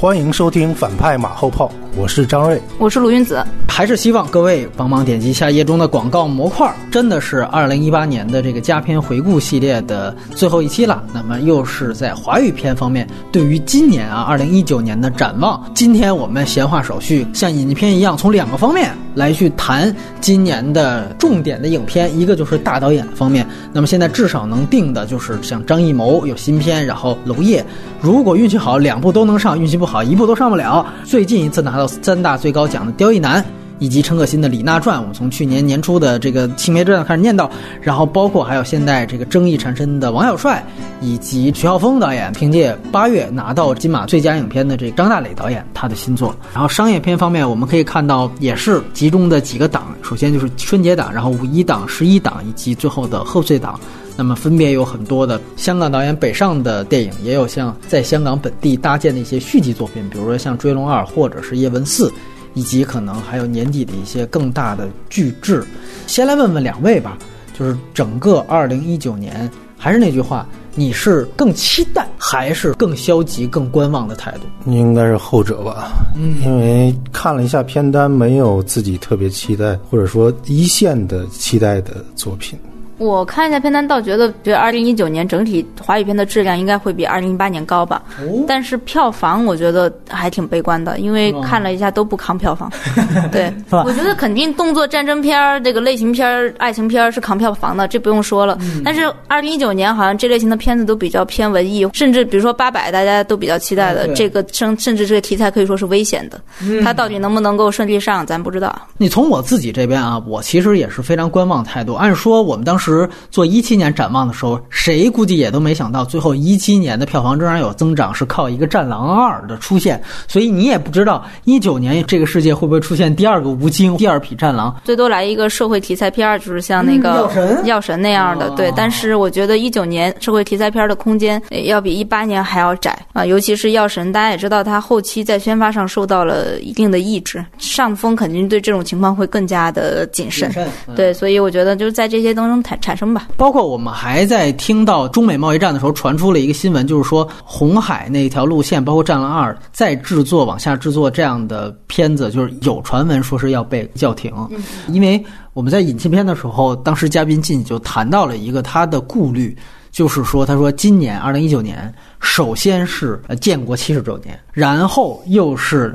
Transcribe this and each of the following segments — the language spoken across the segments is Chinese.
欢迎收听反派马后炮，我是张瑞， 我是鲁云子。 还是希望各位帮忙点击下页中的广告模块，真的是2018年的这个佳片回顾系列的最后一期了。那么又是在华语片方面对于今年2019年的展望。今天我们闲话少叙，像引进片一样，从2个方面来去谈今年的重点的影片。一个就是大导演方面，那么现在至少能定的就是像张艺谋有新片，然后娄烨如果运气好2部都能上，运气不好1部都上不了。最近一次拿到3大最高奖的刁亦男，以及陈可辛的《李娜传》，我们从去年年初的这个《青梅传》开始念叨，然后包括还有现在这个争议缠身的王小帅，以及徐浩峰导演凭借8月拿到金马最佳影片的这个张大磊导演他的新作。然后商业片方面，我们可以看到也是集中的几个档，首先就是春节档，然后5·1档、11档以及最后的贺岁档。那么分别有很多的香港导演北上的电影，也有像在香港本地搭建的一些续集作品，比如说像《追龙2》或者是《叶问4》，以及可能还有年底的一些更大的巨制。先来问问2位吧，就是整个2019年，还是那句话，你是更期待还是更消极更观望的态度？ 应该是后者吧。因为看了一下片单，没有自己特别期待或者说一线的期待的作品。 我看一下片单，倒觉得2019年整体华语片的质量应该会比2018年高吧。但是票房我觉得还挺悲观的，因为看了一下都不扛票房。对，我觉得肯定动作战争片、这个类型片、爱情片是扛票房的，这不用说了。但是2019年好像这类型的片子都比较偏文艺，甚至比如说800大家都比较期待的，这个甚至这个题材可以说是危险的。它到底能不能够顺利上，咱不知道。 你从我自己这边我其实也是非常观望态度。按说我们当时做17年展望的时候，谁估计也都没想到最后17年的票房仍然有增长，是靠一个《战狼2》的出现。所以你也不知道19年这个世界会不会出现第2个吴京、第2匹战狼， 最多来一个社会题材片，就是像那个药神那样的。对，但是我觉得19年社会题材片的空间要比18年还要窄尤其是药神，大家也知道他后期在宣发上受到了一定的抑制，上峰肯定对这种情况会更加的谨慎。对，所以我觉得就是在这些当中产生吧。 包括我们还在听到中美贸易战的时候传出了一个新闻，就是说红海那条路线包括战狼2再往下制作这样的片子，就是有传闻说是要被叫停。因为我们在引进片的时候，当时嘉宾进就谈到了一个他的顾虑，就是说他说今年2019年首先是建国70周年，然后又是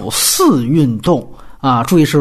5·4运动注意是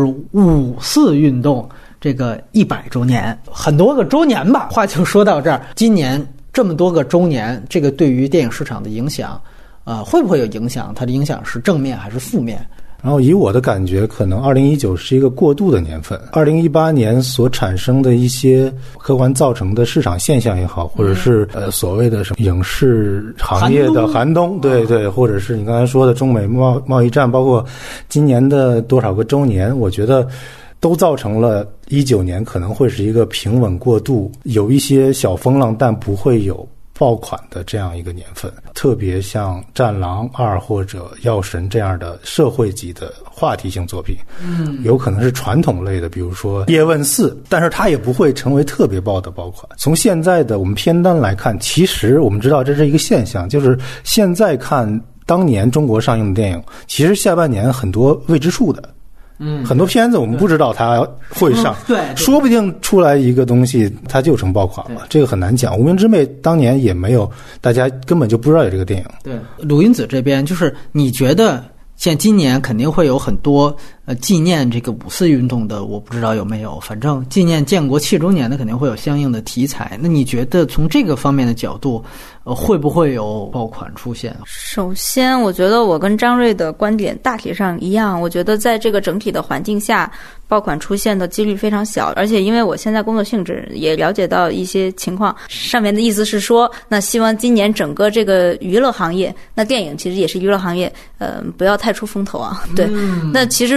5·4运动这个100周年，很多个周年吧。话就说到这儿，今年这么多个周年，这个对于电影市场的影响会不会有影响？它的影响是正面还是负面？ 然后以我的感觉，可能2019是一个过渡的年份。2018年所产生的一些客观造成的市场现象也好，或者是所谓的什么影视行业的寒冬，对，或者是你刚才说的中美贸易战，包括今年的多少个周年，我觉得都造成了19年可能会是一个平稳过渡，有一些小风浪，但不会有爆款的这样一个年份。特别像《战狼2》或者《药神》这样的社会级的话题性作品，有可能是传统类的，比如说《叶问4》，但是它也不会成为特别爆的爆款。从现在的我们片单来看，其实我们知道这是一个现象，就是现在看当年中国上映的电影，其实下半年很多未知数的。很多片子我们不知道它会上， 对， 说不定出来一个东西它就成爆款了，这个很难讲。无名之辈当年也没有，大家根本就不知道有这个电影。 对，鲁云子这边就是你觉得像今年肯定会有很多纪念这个5·4运动的，我不知道有没有，反正纪念建国70周年的肯定会有相应的题材。那你觉得从这个方面的角度会不会有爆款出现？ 首先我觉得我跟张瑞的观点大体上一样，我觉得在这个整体的环境下爆款出现的几率非常小。而且因为我现在工作性质也了解到一些情况，上面的意思是说，那希望今年整个这个娱乐行业，那电影其实也是娱乐行业不要太出风头对，那其实说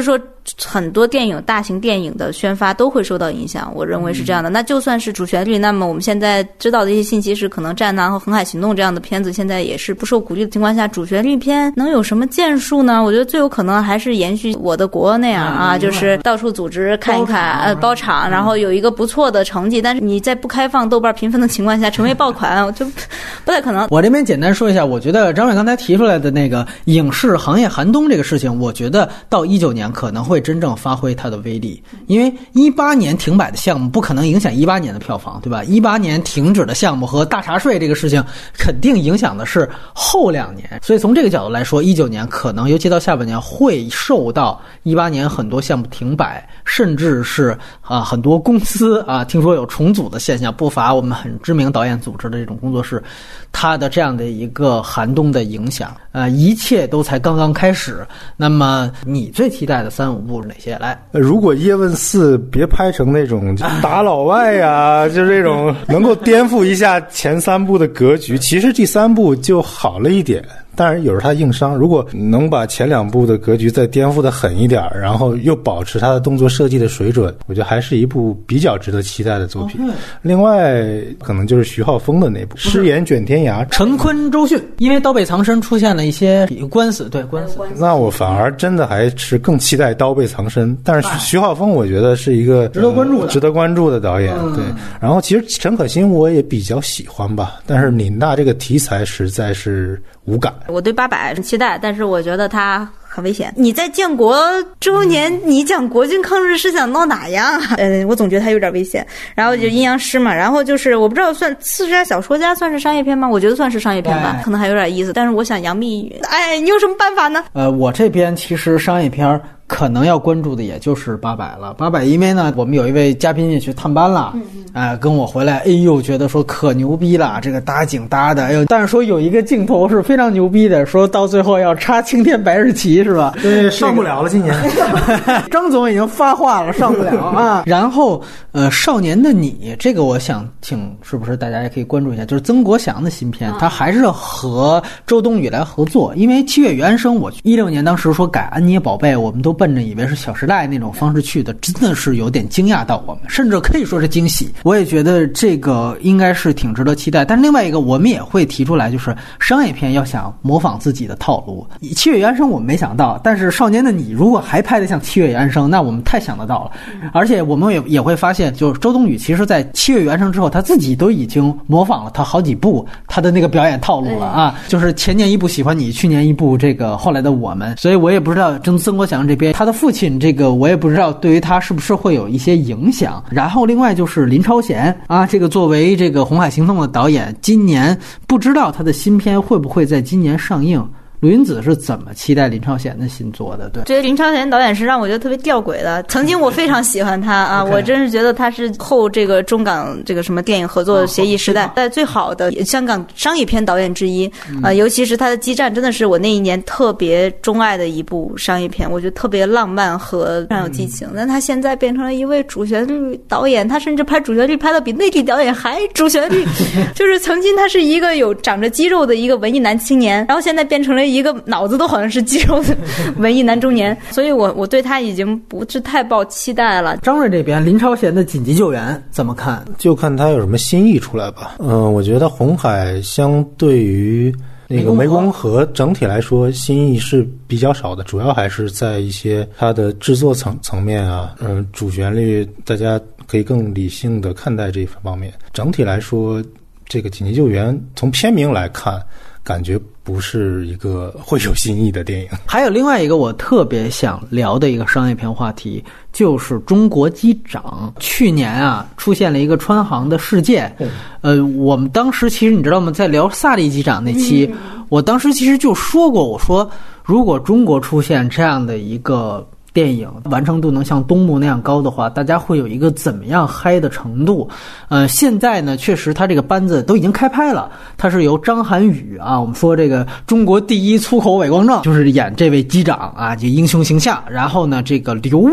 很多电影、大型电影的宣发都会受到影响，我认为是这样的。那就算是主旋律，那么我们现在知道的一些信息是，可能《战狼》和《红海行动》这样的片子现在也是不受鼓励的情况下，主旋律片能有什么建树呢？我觉得最有可能还是延续我的国那样啊，就是到处组织看一看，包场，然后有一个不错的成绩，但是你在不开放豆瓣评分的情况下成为爆款，我就不太可能。 我这边简单说一下，我觉得张瑞刚才提出来的那个影视行业寒冬这个事情，我觉得到19年可能会真正发挥它的威力，因为18年停摆的项目不可能影响18年的票房，对吧？18年停止的项目和大茶税这个事情肯定影响的是后2年，所以从这个角度来说，19年可能尤其到下半年会受到18年很多项目停摆，甚至是很多公司听说有重组的现象，不乏我们很知名导演组织的这种工作室，它的这样的一个寒冬的影响，一切都才刚刚开始。那么你最期待的3-5部是哪些？来， 如果叶问4别拍成那种打老外呀，就这种能够颠覆一下前3部的格局，其实第3部就好了一点。当然有时候他硬伤，如果能把前2部的格局再颠覆的狠一点，然后又保持他的动作设计的水准，我觉得还是一部比较值得期待的作品。另外可能就是徐浩峰的那部《失言卷天涯》， 陈坤、周迅，因为刀背藏身出现了一些官司，对官司， 那我反而真的还是更期待刀背藏身。但是徐浩峰我觉得是一个值得关注的导演，对。然后其实陈可辛我也比较喜欢吧，但是李娜这个题材实在是无感。 我对800期待，但是我觉得它很危险。你在建国周年，你讲国军抗日是想闹哪样？我总觉得它有点危险。然后就阴阳师嘛，然后就是我不知道算刺杀小说家算是商业片吗？我觉得算是商业片吧，可能还有点意思。但是我想杨幂，你有什么办法呢？ 我这边其实商业片可能要关注的也就是800了。800因为呢，我们有一位嘉宾也去探班了，跟我回来，觉得说可牛逼了，这个搭景搭的，但是说有一个镜头是非常牛逼的，说到最后要插青天白日旗是吧？ 对，上不了了，今年张总已经发话了，上不了啊。然后少年的你，这个我想请是不是大家也可以关注一下，就是曾国祥的新片，他还是和周冬雨来合作，因为《七月与安生》，我16年当时说改安妮宝贝，我们都奔着以为是小时代那种方式去的，真的是有点惊讶到我们，甚至可以说是惊喜。我也觉得这个应该是挺值得期待。但另外一个我们也会提出来，就是商业片要想模仿自己的套路，七月与安生我们没想到，但是少年的你如果还拍得像七月与安生，那我们太想得到了。而且我们也会发现，就是周冬雨其实在七月与安生之后，他自己都已经模仿了他好几部他的那个表演套路了啊，就是前年一部喜欢你，去年一部这个后来的我们。所以我也不知道曾国祥这边他的父亲这个我也不知道对于他是不是会有一些影响。然后另外就是林超贤啊，这个作为这个《红海行动》的导演，今年不知道他的新片会不会在今年上映。陆云子是怎么期待林超贤的新作的？对， 觉得林超贤导演是让我觉得特别吊诡的。曾经我非常喜欢他啊，我真是觉得他是后这个中港这个什么电影合作协议时代在最好的香港商业片导演之一尤其是他的《激战》真的是我那一年特别钟爱的一部商业片，我觉得特别浪漫和非常有激情。但他现在变成了一位主旋律导演，他甚至拍主旋律拍的比内地导演还主旋律就是曾经他是一个有长着肌肉的一个文艺男青年，然后现在变成了一个脑子都好像是肌肉的文艺男中年，所以我对他已经不是太抱期待了。 张瑞这边林超贤的紧急救援怎么看？ 就看他有什么新意出来吧。我觉得红海相对于那个湄公河整体来说新意是比较少的，主要还是在一些它的制作层面啊，主旋律大家可以更理性的看待这一方面。整体来说，这个紧急救援从片名来看，感觉不是一个会有新意的电影。 还有另外一个我特别想聊的一个商业片话题，就是中国机长。去年啊，出现了一个川航的事件。我们当时其实你知道吗，在聊萨利机长那期，我当时其实就说过，我说如果中国出现这样的一个电影完成度能像东木那样高的话，大家会有一个怎么样嗨的程度。现在呢确实他这个班子都已经开拍了，他是由张涵予啊，我们说这个中国第一粗口伪光正，就是演这位机长啊，就英雄形象。然后呢这个刘伟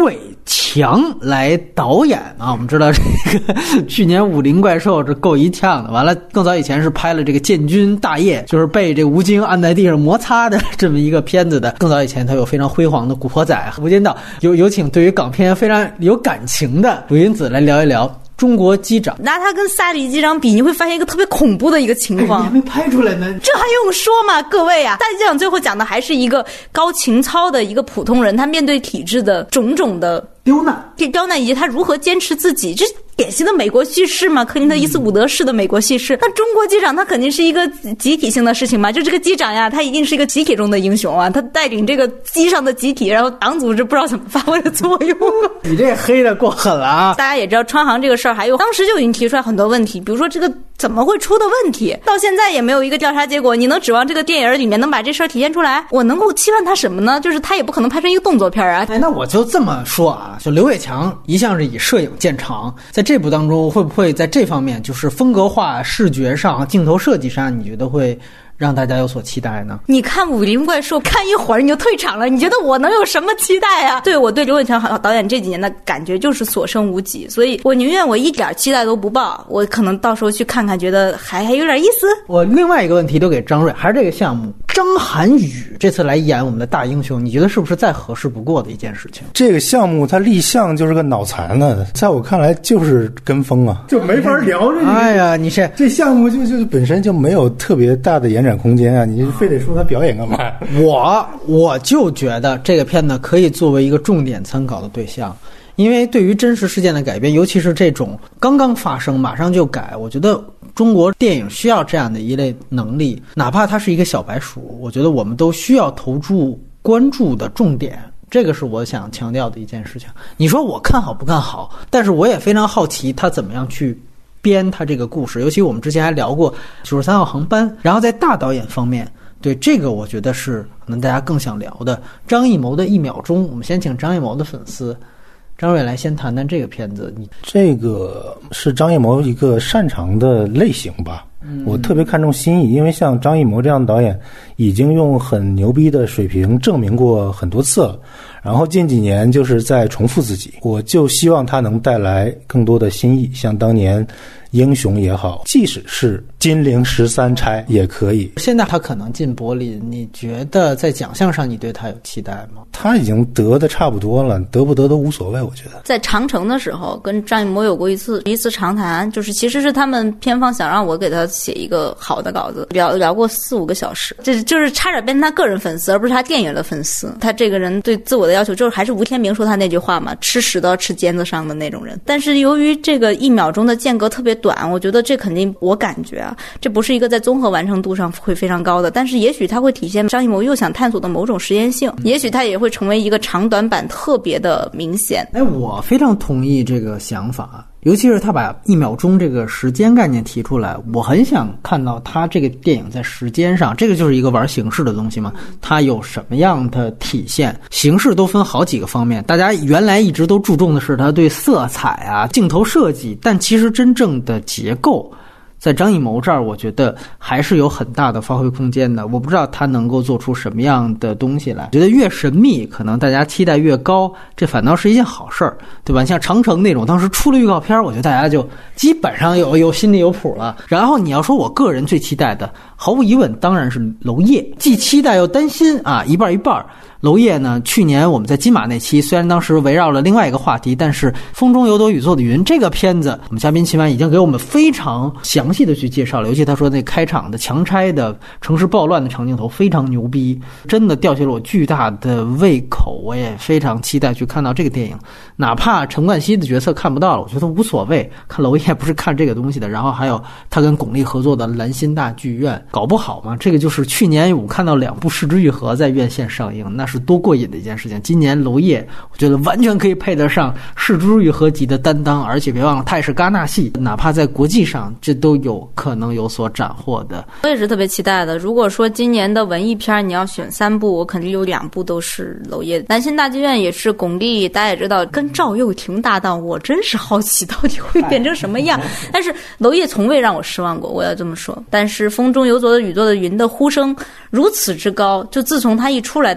强来导演啊。我们知道这个去年《武林怪兽》这够一呛的，完了更早以前是拍了这个《建军大业》，就是被这个吴京按在地上摩擦的这么一个片子的。更早以前他有非常辉煌的《古惑仔》《无间道》。有请对于港片非常有感情的鲁云子来聊一聊中国机长。 拿他跟萨利机长比，你会发现一个特别恐怖的一个情况。 你还没拍出来呢， 这还用说吗？各位啊，萨利机长最后讲的还是一个高情操的一个普通人，他面对体制的种种的刁难以及他如何坚持自己，这典型的美国叙事嘛，克林特伊斯伍德式的美国叙事。那中国机长他肯定是一个集体性的事情嘛，就这个机长呀，他一定是一个集体中的英雄啊，他带领这个机上的集体，然后党组织不知道怎么发挥的作用。 你这黑的过狠了啊！ 大家也知道川航这个事儿，还有当时就已经提出来很多问题，比如说这个怎么会出的问题，到现在也没有一个调查结果。你能指望这个电影里面能把这事儿体现出来？我能够期盼他什么呢？就是他也不可能拍成一个动作片啊。 那我就这么说啊，就刘伟强一向是以摄影见长，在这部当中会不会在这方面，就是风格化、视觉上、镜头设计上，你觉得会让大家有所期待呢？ 你看《武林怪兽》看一会儿你就退场了，你觉得我能有什么期待啊？对，我对刘伟强导演这几年的感觉就是所剩无几，所以我宁愿我一点期待都不抱，我可能到时候去看看，觉得还有点意思。 我另外一个问题留给张瑞，还是这个项目，张涵予这次来演我们的大英雄，你觉得是不是再合适不过的一件事情？ 这个项目它立项就是个脑残呢，在我看来就是跟风啊，就没法聊这个。 哎呀，你这项目就本身就没有特别大的延展空间啊，你非得说他表演干嘛？ 我就觉得这个片子可以作为一个重点参考的对象，因为对于真实事件的改编，尤其是这种刚刚发生马上就改，我觉得中国电影需要这样的一类能力，哪怕它是一个小白鼠，我觉得我们都需要投注关注的重点。这个是我想强调的一件事情。你说我看好不看好，但是我也非常好奇他怎么样去编他这个故事，尤其我们之前还聊过93号航班。然后在大导演方面，对这个我觉得是可能大家更想聊的，张艺谋的1秒钟。我们先请张艺谋的粉丝张瑞来先谈谈这个片子。 这个是张艺谋一个擅长的类型吧，我特别看重新意，因为像张艺谋这样的导演已经用很牛逼的水平证明过很多次了，然后近几年就是在重复自己，我就希望他能带来更多的新意，像当年英雄也好，即使是金陵13钗也可以。 现在他可能进柏林，你觉得在奖项上你对他有期待吗？ 他已经得的差不多了，得不得都无所谓。我觉得在长城的时候跟张艺谋有过一次长谈，就是其实是他们片方想让我给他写一个好的稿子，聊过4-5个小时，这就是差点变成他个人粉丝而不是他电影的粉丝。他这个人对自我的要求就是还是吴天明说他那句话嘛，吃屎都要吃尖子上的那种人。但是由于这个1秒钟的间隔特别短，我觉得这肯定，我感觉啊，这不是一个在综合完成度上会非常高的，但是也许它会体现张艺谋又想探索的某种实验性，也许它也会成为一个长短板特别的明显。 我非常同意这个想法，尤其是他把1秒钟这个时间概念提出来，我很想看到他这个电影在时间上，这个就是一个玩形式的东西嘛，它有什么样的体现。形式都分好几个方面，大家原来一直都注重的是他对色彩啊、镜头设计，但其实真正的结构在张艺谋这儿我觉得还是有很大的发挥空间的。我不知道他能够做出什么样的东西来，觉得越神秘可能大家期待越高，这反倒是一件好事儿，对吧？像长城那种当时出了预告片，我觉得大家就基本上有心里有谱了。然后你要说我个人最期待的，毫无疑问当然是娄烨，既期待又担心啊，一半一半。娄烨呢，去年我们在金马那期虽然当时围绕了另外一个话题，但是风中有朵雨做的云这个片子，我们嘉宾秦岚已经给我们非常详细的去介绍了，尤其他说那开场的强拆的城市暴乱的长镜头非常牛逼，真的吊起了我巨大的胃口。我也非常期待去看到这个电影，哪怕陈冠希的角色看不到了，我觉得无所谓，看娄烨不是看这个东西的。然后还有他跟巩俐合作的兰心大剧院，搞不好嘛，这个就是去年我看到2部《失之愈合》在院线上映，那是多过瘾的一件事情。今年娄烨我觉得完全可以配得上《失之愈合》级的担当，而且别忘了他也是戛纳系，哪怕在国际上这都有可能有所斩获的。 我也是特别期待的，如果说今年的文艺片你要选3部，我肯定有2部都是娄烨。兰心大剧院也是巩俐，大家也知道跟赵又廷搭档，我真是好奇到底会变成什么样。但是娄烨从未让我失望过，我要这么说。但是风中有朵的雨做的云的呼声如此之高，就自从他一出来，大家对他的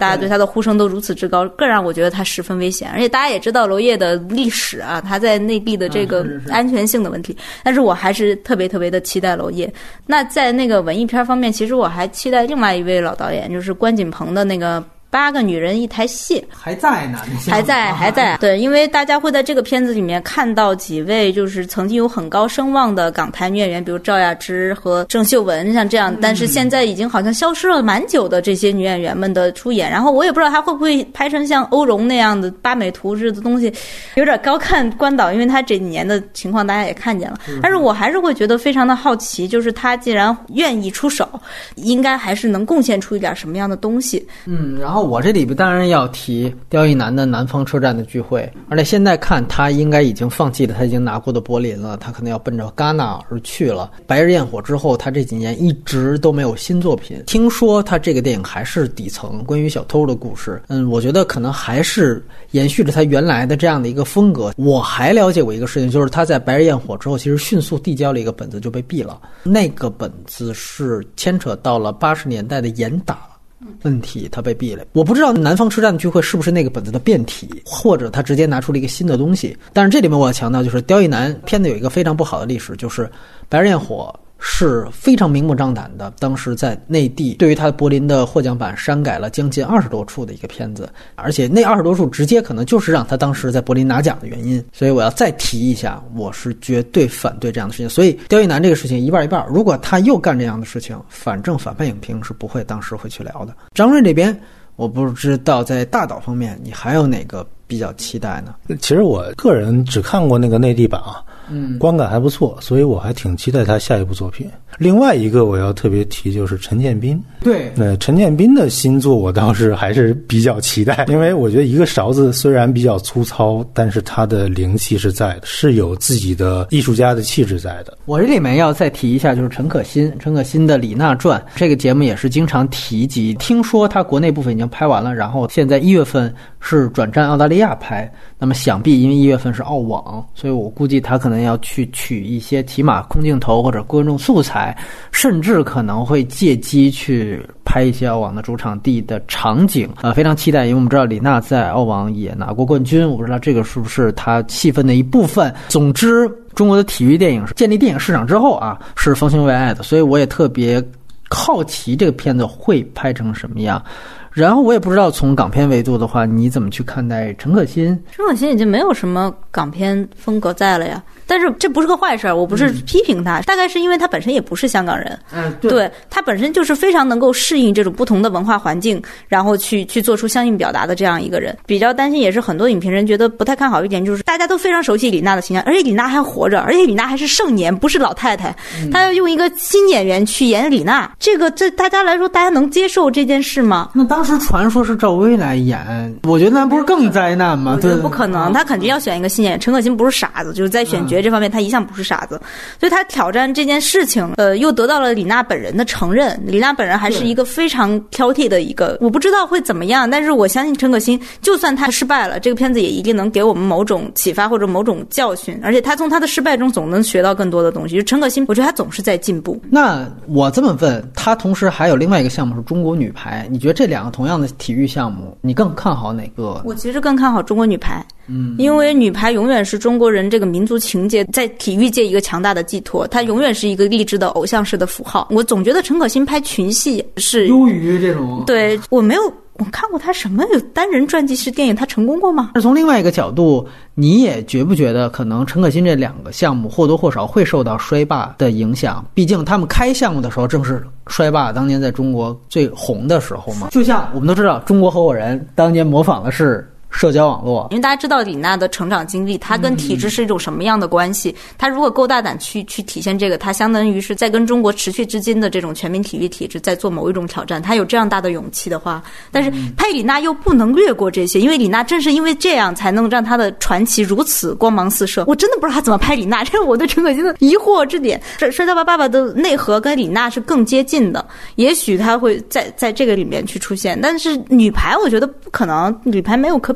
的呼声都如此之高，更让我觉得它十分危险。而且大家也知道娄烨的历史啊，他在内地的这个安全性的问题，但是我还是特别特别的期待娄烨。那在那个文艺片方面，其实我还期待另外一位老导演，就是关锦鹏的那个8个女人一台戏， 还在呢， 还在。对，因为大家会在这个片子里面看到几位就是曾经有很高声望的港台女演员，比如赵雅芝和郑秀文，像这样，但是现在已经好像消失了蛮久的这些女演员们的出演。然后我也不知道她会不会拍成像欧荣那样的八美图制的东西，有点高看关岛，因为她这几年的情况大家也看见了。但是我还是会觉得非常的好奇，就是她既然愿意出手，应该还是能贡献出一点什么样的东西。 然后我这里边当然要提刁亦男的南方车站的聚会，而且现在看他应该已经放弃了他已经拿过的柏林了，他可能要奔着戛纳而去了。白日焰火之后，他这几年一直都没有新作品。听说他这个电影还是底层关于小偷的故事，我觉得可能还是延续着他原来的这样的一个风格。我还了解过一个事情，就是他在白日焰火之后其实迅速递交了一个本子就被毙了，那个本子是牵扯到了80年代的严打问题，他被毙了。我不知道南方车站的聚会是不是那个本子的变体，或者他直接拿出了一个新的东西。但是这里面我要强调，就是刁亦男片子有一个非常不好的历史，就是白日焰火是非常明目张胆的，当时在内地对于他的柏林的获奖版删改了将近20多处的一个片子，而且那20多处直接可能就是让他当时在柏林拿奖的原因。所以我要再提一下，我是绝对反对这样的事情。所以刁亦男这个事情一半一半，如果他又干这样的事情，反正反派影评是不会当时会去聊的。张瑞这边我不知道在大导方面你还有哪个比较期待呢？ 其实我个人只看过那个内地版啊，观感还不错，所以我还挺期待他下一部作品。另外一个我要特别提就是陈建斌， 对， 陈建斌的新作我倒是还是比较期待，因为我觉得一个勺子虽然比较粗糙，但是它的灵气是在的，是有自己的艺术家的气质在的。 我这里面要再提一下，就是陈可辛的《李娜传》这个节目也是经常提及，听说他国内部分已经拍完了，然后现在1月份是转战澳大利亚拍，那么想必因为1月份是澳网，所以我估计他可能要去取一些骑马空镜头或者观众素材，甚至可能会借机去拍一些澳网的主场地的场景。非常期待，因为我们知道李娜在澳网也拿过冠军，我不知道这个是不是她戏份的一部分。总之中国的体育电影建立电影市场之后啊，是方兴未艾的，所以我也特别好奇这个片子会拍成什么样。然后我也不知道从港片维度的话，你怎么去看待陈可辛？ 陈可辛已经没有什么港片风格在了呀，但是这不是个坏事，我不是批评他，大概是因为他本身也不是香港人，对，他本身就是非常能够适应这种不同的文化环境，然后去做出相应表达的这样一个人。比较担心也是很多影评人觉得不太看好一点，就是大家都非常熟悉李娜的形象，而且李娜还活着，而且李娜还是盛年，不是老太太，她要用一个新演员去演李娜，这大家来说，大家能接受这件事吗？ 那当时传说是赵薇来演，我觉得那不是更灾难吗？对， 不可能，他肯定要选一个新演员。陈可辛不是傻子，就是在选角这方面，他一向不是傻子，所以他挑战这件事情，又得到了李娜本人的承认。李娜本人还是一个非常挑剔的一个，我不知道会怎么样，但是我相信陈可辛，就算他失败了，这个片子也一定能给我们某种启发或者某种教训，而且他从他的失败中总能学到更多的东西。就陈可辛，我觉得他总是在进步。 那我这么问，他同时还有另外一个项目是中国女排，你觉得这两个同样的体育项目，你更看好哪个？ 我其实更看好中国女排，因为女排永远是中国人这个民族情结在体育界一个强大的寄托，它永远是一个励志的偶像式的符号。我总觉得陈可辛拍群戏是优于这种， 对，我看过他什么有单人传记式电影，他成功过吗？ 从另外一个角度，你也觉不觉得可能陈可辛这两个项目或多或少会受到衰霸的影响？毕竟他们开项目的时候正是衰霸当年在中国最红的时候嘛。就像我们都知道，中国合伙人当年模仿的是社交网络， 因为大家知道李娜的成长经历，她跟体制是一种什么样的关系，她如果够大胆去体现这个，她相当于是在跟中国持续至今的这种全民体育体制在做某一种挑战，她有这样大的勇气的话，但是拍李娜又不能略过这些，因为李娜正是因为这样才能让她的传奇如此光芒四射。我真的不知道她怎么拍李娜，这是我对陈可辛的疑惑之点。摔跤吧爸爸的内核跟李娜是更接近的，也许她会在这个里面去出现，但是女排我觉得不可能，女排没有可比性。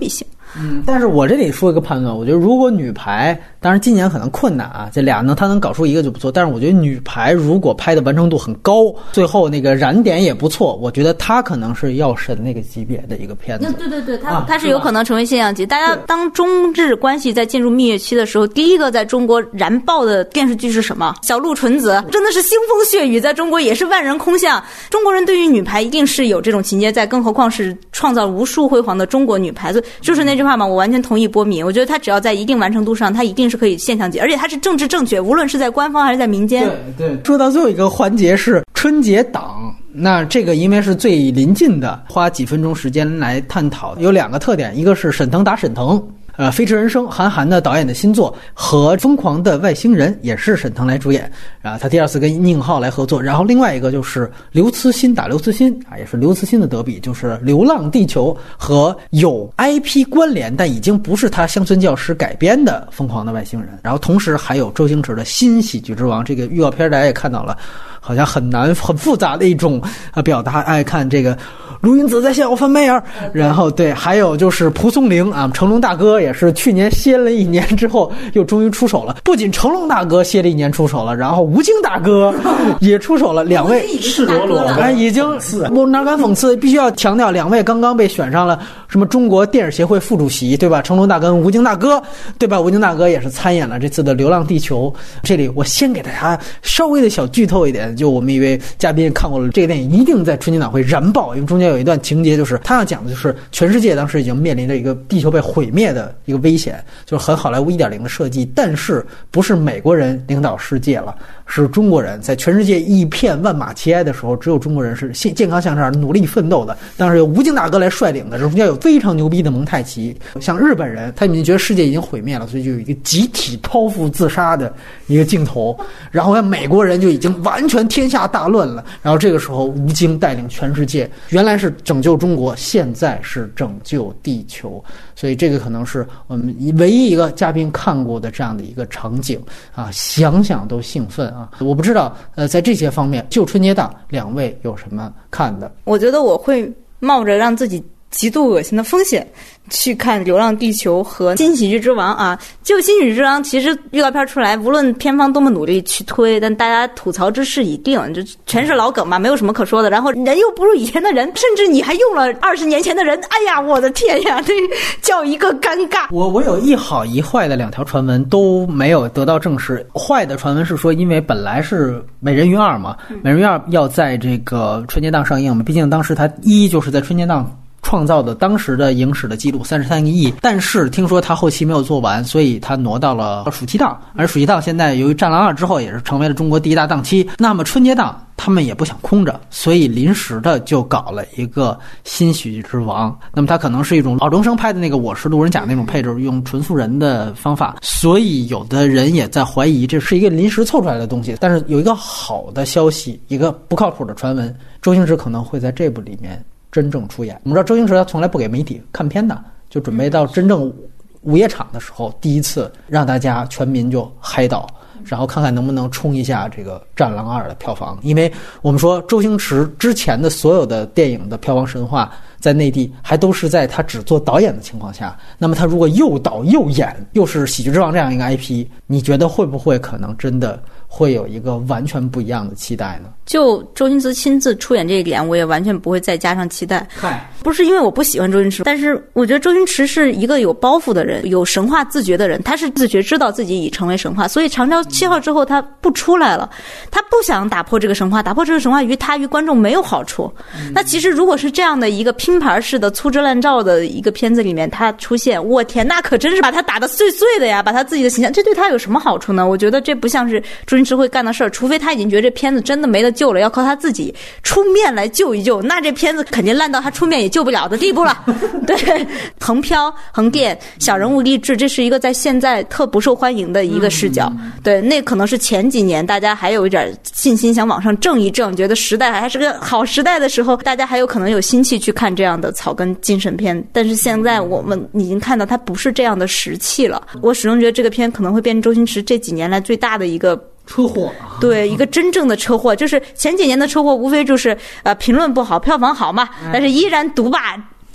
但是我这里说一个判断，我觉得如果女排，当然今年可能困难啊，这俩呢他能搞出一个就不错，但是我觉得女排如果拍的完成度很高，最后那个燃点也不错，我觉得他可能是药神那个级别的一个片子。 对，他是有可能成为现象级。大家当中日关系在进入蜜月期的时候，第一个在中国燃爆的电视剧是什么？小鹿纯子，真的是腥风血雨，在中国也是万人空巷。中国人对于女排一定是有这种情节在，更何况是创造无数辉煌的中国女排。就是那句话嘛，我完全同意波米，我觉得他只要在一定完成度上，他一定是可以现象级，而且他是政治正确，无论是在官方还是在民间。 对，说到最后一个环节是春节档，那这个因为是最临近的，花几分钟时间来探讨，有2个特点，一个是沈腾打沈腾。飞驰人生韩寒的导演的新作和疯狂的外星人也是沈腾来主演，他第2次跟宁浩来合作。然后另外一个就是刘慈欣打刘慈欣也是刘慈欣的德比，就是流浪地球和有 IP 关联但已经不是他乡村教师改编的疯狂的外星人。然后同时还有周星驰的新喜剧之王，这个预告片大家也看到了，好像很难很复杂的一种表达。爱看这个卢云子在线我翻妹儿，然后对，还有就是蒲松龄成龙大哥也是去年歇了1年之后又终于出手了。不仅成龙大哥歇了1年出手了，然后吴京大哥也出手了，2位赤裸裸的已经我哪敢讽刺，必须要强调2位刚刚被选上了什么中国电影协会副主席，对吧？成龙大哥跟吴京大哥，对吧？吴京大哥也是参演了这次的流浪地球。这里我先给大家稍微的小剧透一点，就我们一位嘉宾看过了这个电影，一定在春节档会燃爆，因为中间有一段情节，就是他要讲的就是全世界当时已经面临着一个地球被毁灭的一个危险，就是很好莱坞 1.0 的设计，但是不是美国人领导世界了，是中国人，在全世界一片万马齐喑的时候，只有中国人是健康向上努力奋斗的。当时由吴京大哥来率领的，中间有非常牛逼的蒙太奇，像日本人他们已经觉得世界已经毁灭了，所以就有一个集体剖腹自杀的一个镜头，然后美国人就已经完全天下大乱了，然后这个时候吴京带领全世界，原来是拯救中国，现在是拯救地球。所以这个可能是我们唯一一个嘉宾看过的这样的一个场景想想都兴奋我不知道在这些方面就春节档2位有什么看的？ 我觉得我会冒着让自己极度恶心的风险去看《流浪地球》和《新喜剧之王》就《新喜剧之王》，其实预告片出来，无论片方多么努力去推，但大家吐槽之事已定，就全是老梗嘛，没有什么可说的。然后人又不如以前的人，甚至你还用了20年前的人，哎呀，我的天呀，这叫一个尴尬。 我有一好一坏的2条传闻都没有得到证实。坏的传闻是说，因为本来是美人鱼2嘛，美人鱼2要在这个春节档上映嘛，毕竟当时它就是在春节档创造的当时的影史的记录33个亿，但是听说他后期没有做完，所以他挪到了暑期档，而暑期档现在由于《战狼2》之后也是成为了中国第1大档期，那么春节档他们也不想空着，所以临时的就搞了一个新喜剧之王。那么它可能是一种老中生拍的那个我是路人甲那种配置，用纯素人的方法，所以有的人也在怀疑这是一个临时凑出来的东西。但是有一个好的消息，一个不靠谱的传闻，周星驰可能会在这部里面真正出演。我们知道周星驰他从来不给媒体看片的，就准备到真正午夜场的时候第一次让大家全民就嗨倒，然后看看能不能冲一下这个《战狼2》的票房。因为我们说周星驰之前的所有的电影的票房神话在内地还都是在他只做导演的情况下，那么他如果又导又演又是喜剧之王这样一个 IP， 你觉得会不会可能真的会有一个完全不一样的期待呢？ 就周星驰亲自出演这一点，我也完全不会再加上期待。不是因为我不喜欢周星驰，但是我觉得周星驰是一个有包袱的人，有神话自觉的人，他是自觉知道自己已成为神话，所以长条7号之后他不出来了，他不想打破这个神话，打破这个神话于他于观众没有好处。那其实如果是这样的一个拼盘式的粗制滥造的一个片子里面他出现，我天，那可真是把他打得碎碎的呀，把他自己的形象，这对他有什么好处呢？我觉得这不像是周星驰会干的事儿，除非他已经觉得这片子真的没得救了，要靠他自己出面来救一救，那这片子肯定烂到他出面也救不了的地步了。对，横漂横店小人物励志，这是一个在现在特不受欢迎的一个视角。对，那可能是前几年大家还有一点信心想往上正一正，觉得时代还是个好时代的时候，大家还有可能有心气去看这样的草根精神片。但是现在我们已经看到它不是这样的时气了，我始终觉得这个片可能会变成周星驰这几年来最大的一个车祸。 对，一个真正的车祸。就是前几年的车祸无非就是评论不好票房好嘛，但是依然独霸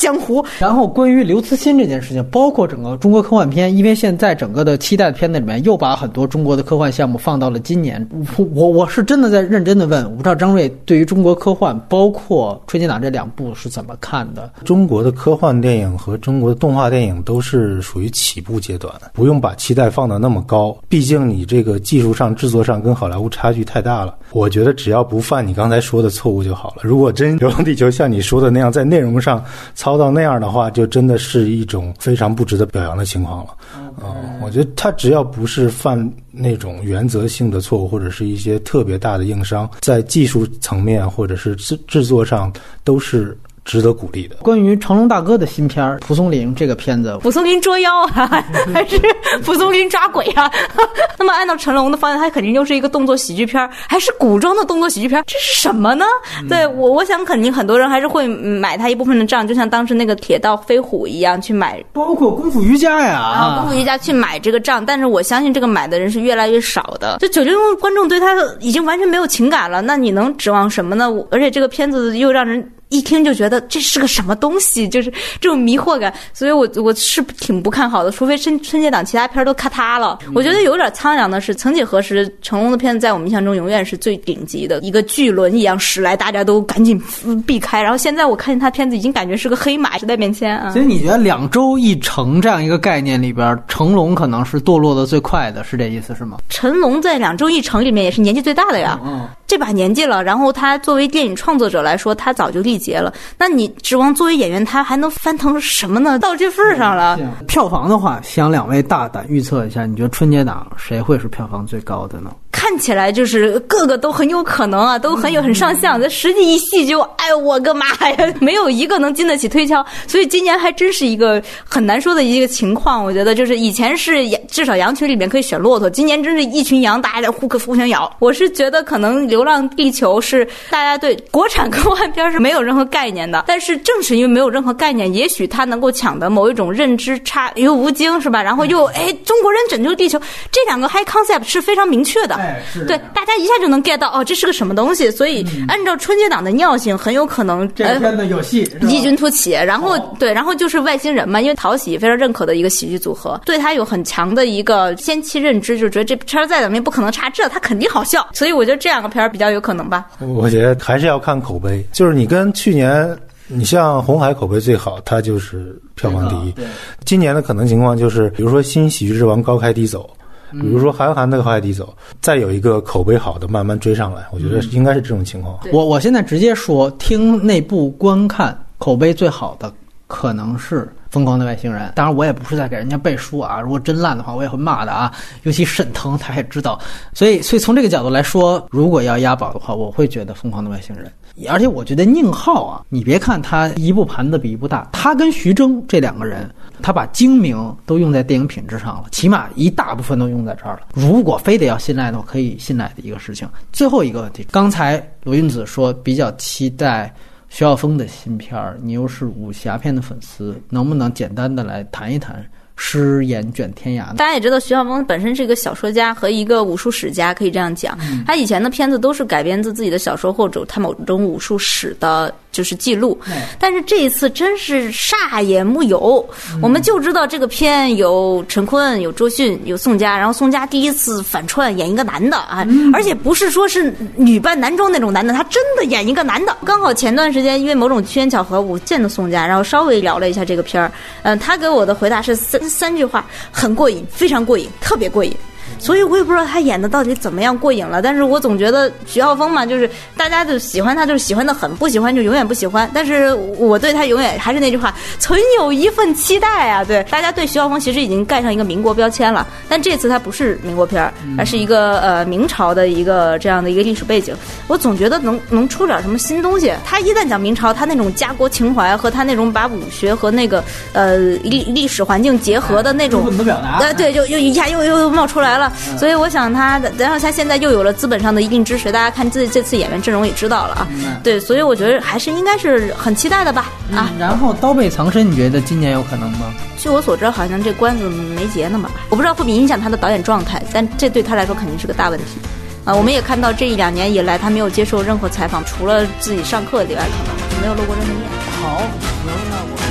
江湖。 然后关于刘慈欣这件事情，包括整个中国科幻片，因为现在整个的期待的片子里面又把很多中国的科幻项目放到了今年。我是真的在认真的问，我不知道张瑞对于中国科幻包括春节档这2部是怎么看的？ 中国的科幻电影和中国的动画电影都是属于起步阶段，不用把期待放得那么高，毕竟你这个技术上制作上跟好莱坞差距太大了。我觉得只要不犯你刚才说的错误就好了。如果真流浪地球像你说的那样在内容上操到那样的话，就真的是一种非常不值得表扬的情况了。我觉得他只要不是犯那种原则性的错误，或者是一些特别大的硬伤，在技术层面或者是制作上都是值得鼓励的。 关于成龙大哥的新片《蒲松龄》这个片子， 蒲松龄捉妖啊，还是蒲松龄抓鬼啊？那么按照成龙的方向，它肯定就是一个动作喜剧片，还是古装的动作喜剧片，这是什么呢？对我想肯定很多人还是会买他一部分的账，就像当时那个铁道飞虎一样去买， 包括功夫瑜伽呀， 功夫瑜伽去买这个账，但是我相信这个买的人是越来越少的。就90后观众对他已经完全没有情感了，那你能指望什么呢？而且这个片子又让人一听就觉得这是个什么东西，就是这种迷惑感，所以我是挺不看好的，除非春节档其他片都咔塌了。我觉得有点苍凉的是，曾几何时成龙的片子在我们印象中永远是最顶级的，一个巨轮一样驶来，大家都赶紧避开，然后现在我看见他片子已经感觉是个黑马在面前啊。 所以你觉得2周一成这样一个概念里边，成龙可能是堕落的最快的，是这意思是吗？ 成龙在2周一成里面也是年纪最大的呀，这把年纪了，然后他作为电影创作者来说，他早就力竭了，那你指望作为演员他还能翻腾什么呢？到这份上了。 票房的话，想2位大胆预测一下，你觉得春节档谁会是票房最高的呢？ 看起来就是个个都很有可能啊，都很上相，这实际一戏就哎我个妈呀，没有一个能经得起推敲，所以今年还真是一个很难说的一个情况。我觉得就是以前是至少羊群里面可以选骆驼，今年真是一群羊大家互相咬。我是觉得可能《流浪地球》是大家对国产科幻片是没有任何概念的，但是正是因为没有任何概念，也许它能够抢得某一种认知差又无精是吧？然后又中国人拯救地球，这2个 high concept 是非常明确的。对，大家一下就能 get 到这是个什么东西，所以按照春节档的尿性，很有可能这片子有戏， 异军突起。然后对，然后就是外星人嘛，因为讨喜非常认可的一个喜剧组合，对他有很强的一个先期认知，就觉得这片再怎么也不可能差这，他肯定好笑。所以我觉得这2个片比较有可能吧。 我觉得还是要看口碑，就是你跟去年。你像红海口碑最好，它就是票房第一。今年的可能情况就是，比如说新喜剧之王高开低走，比如说韩寒的高开低走，再有一个口碑好的慢慢追上来，我觉得应该是这种情况。 我现在直接说，听内部观看口碑最好的可能是疯狂的外星人。当然我也不是在给人家背书啊，如果真烂的话我也会骂的啊，尤其沈腾他也知道。所以从这个角度来说，如果要押宝的话，我会觉得疯狂的外星人。而且我觉得宁浩啊，你别看他一部盘子比一部大，他跟徐峥这2个人，他把精明都用在电影品质上了，起码一大部分都用在这儿了。如果非得要信赖的话，可以信赖的一个事情。最后一个问题，刚才罗云子说比较期待徐浩峰的新片，你又是武侠片的粉丝，能不能简单的来谈一谈诗言卷天涯？ 大家也知道徐浩峰本身是一个小说家和一个武术史家，可以这样讲，他以前的片子都是改编自自己的小说或者他某种武术史的就是记录，但是这一次真是啥也木有。我们就知道这个片有陈坤、有周迅、有宋佳，然后宋佳第一次反串演一个男的啊，而且不是说是女扮男装那种男的，他真的演一个男的。刚好前段时间因为某种机缘巧合，我见了宋佳，然后稍微聊了一下这个片儿，他给我的回答是三句话，很过瘾，非常过瘾，特别过瘾。所以我也不知道他演的到底怎么样过瘾了，但是我总觉得徐浩峰嘛，就是大家就喜欢他，就是喜欢的很，不喜欢就永远不喜欢。但是我对他永远还是那句话，存有一份期待啊！对，大家对徐浩峰其实已经盖上一个民国标签了，但这次他不是民国片，而是一个明朝的一个这样的一个历史背景。我总觉得能出点什么新东西。他一旦讲明朝，他那种家国情怀和他那种把武学和那个历史环境结合的那种表达， 对，就一下又冒出来了。所以我想然后他现在又有了资本上的一定支持，大家看这次演员阵容也知道了啊。对，所以我觉得还是应该是很期待的吧。 然后刀背藏身，你觉得今年有可能吗？ 据我所知，好像这关子没结呢嘛，我不知道会不会影响他的导演状态，但这对他来说肯定是个大问题。我们也看到这1-2年以来，他没有接受任何采访，除了自己上课以外，可能就没有露过任何面。 好，那我